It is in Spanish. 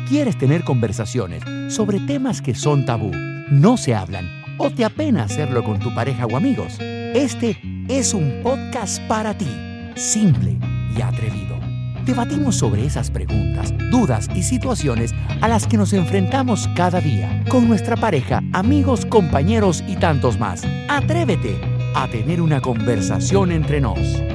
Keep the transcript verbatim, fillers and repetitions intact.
¿Quieres tener conversaciones sobre temas que son tabú, no se hablan o te apena hacerlo con tu pareja o amigos? Este es un podcast para ti, simple y atrevido. Debatimos sobre esas preguntas, dudas y situaciones a las que nos enfrentamos cada día con nuestra pareja, amigos, compañeros y tantos más. Atrévete a tener una conversación entre nos.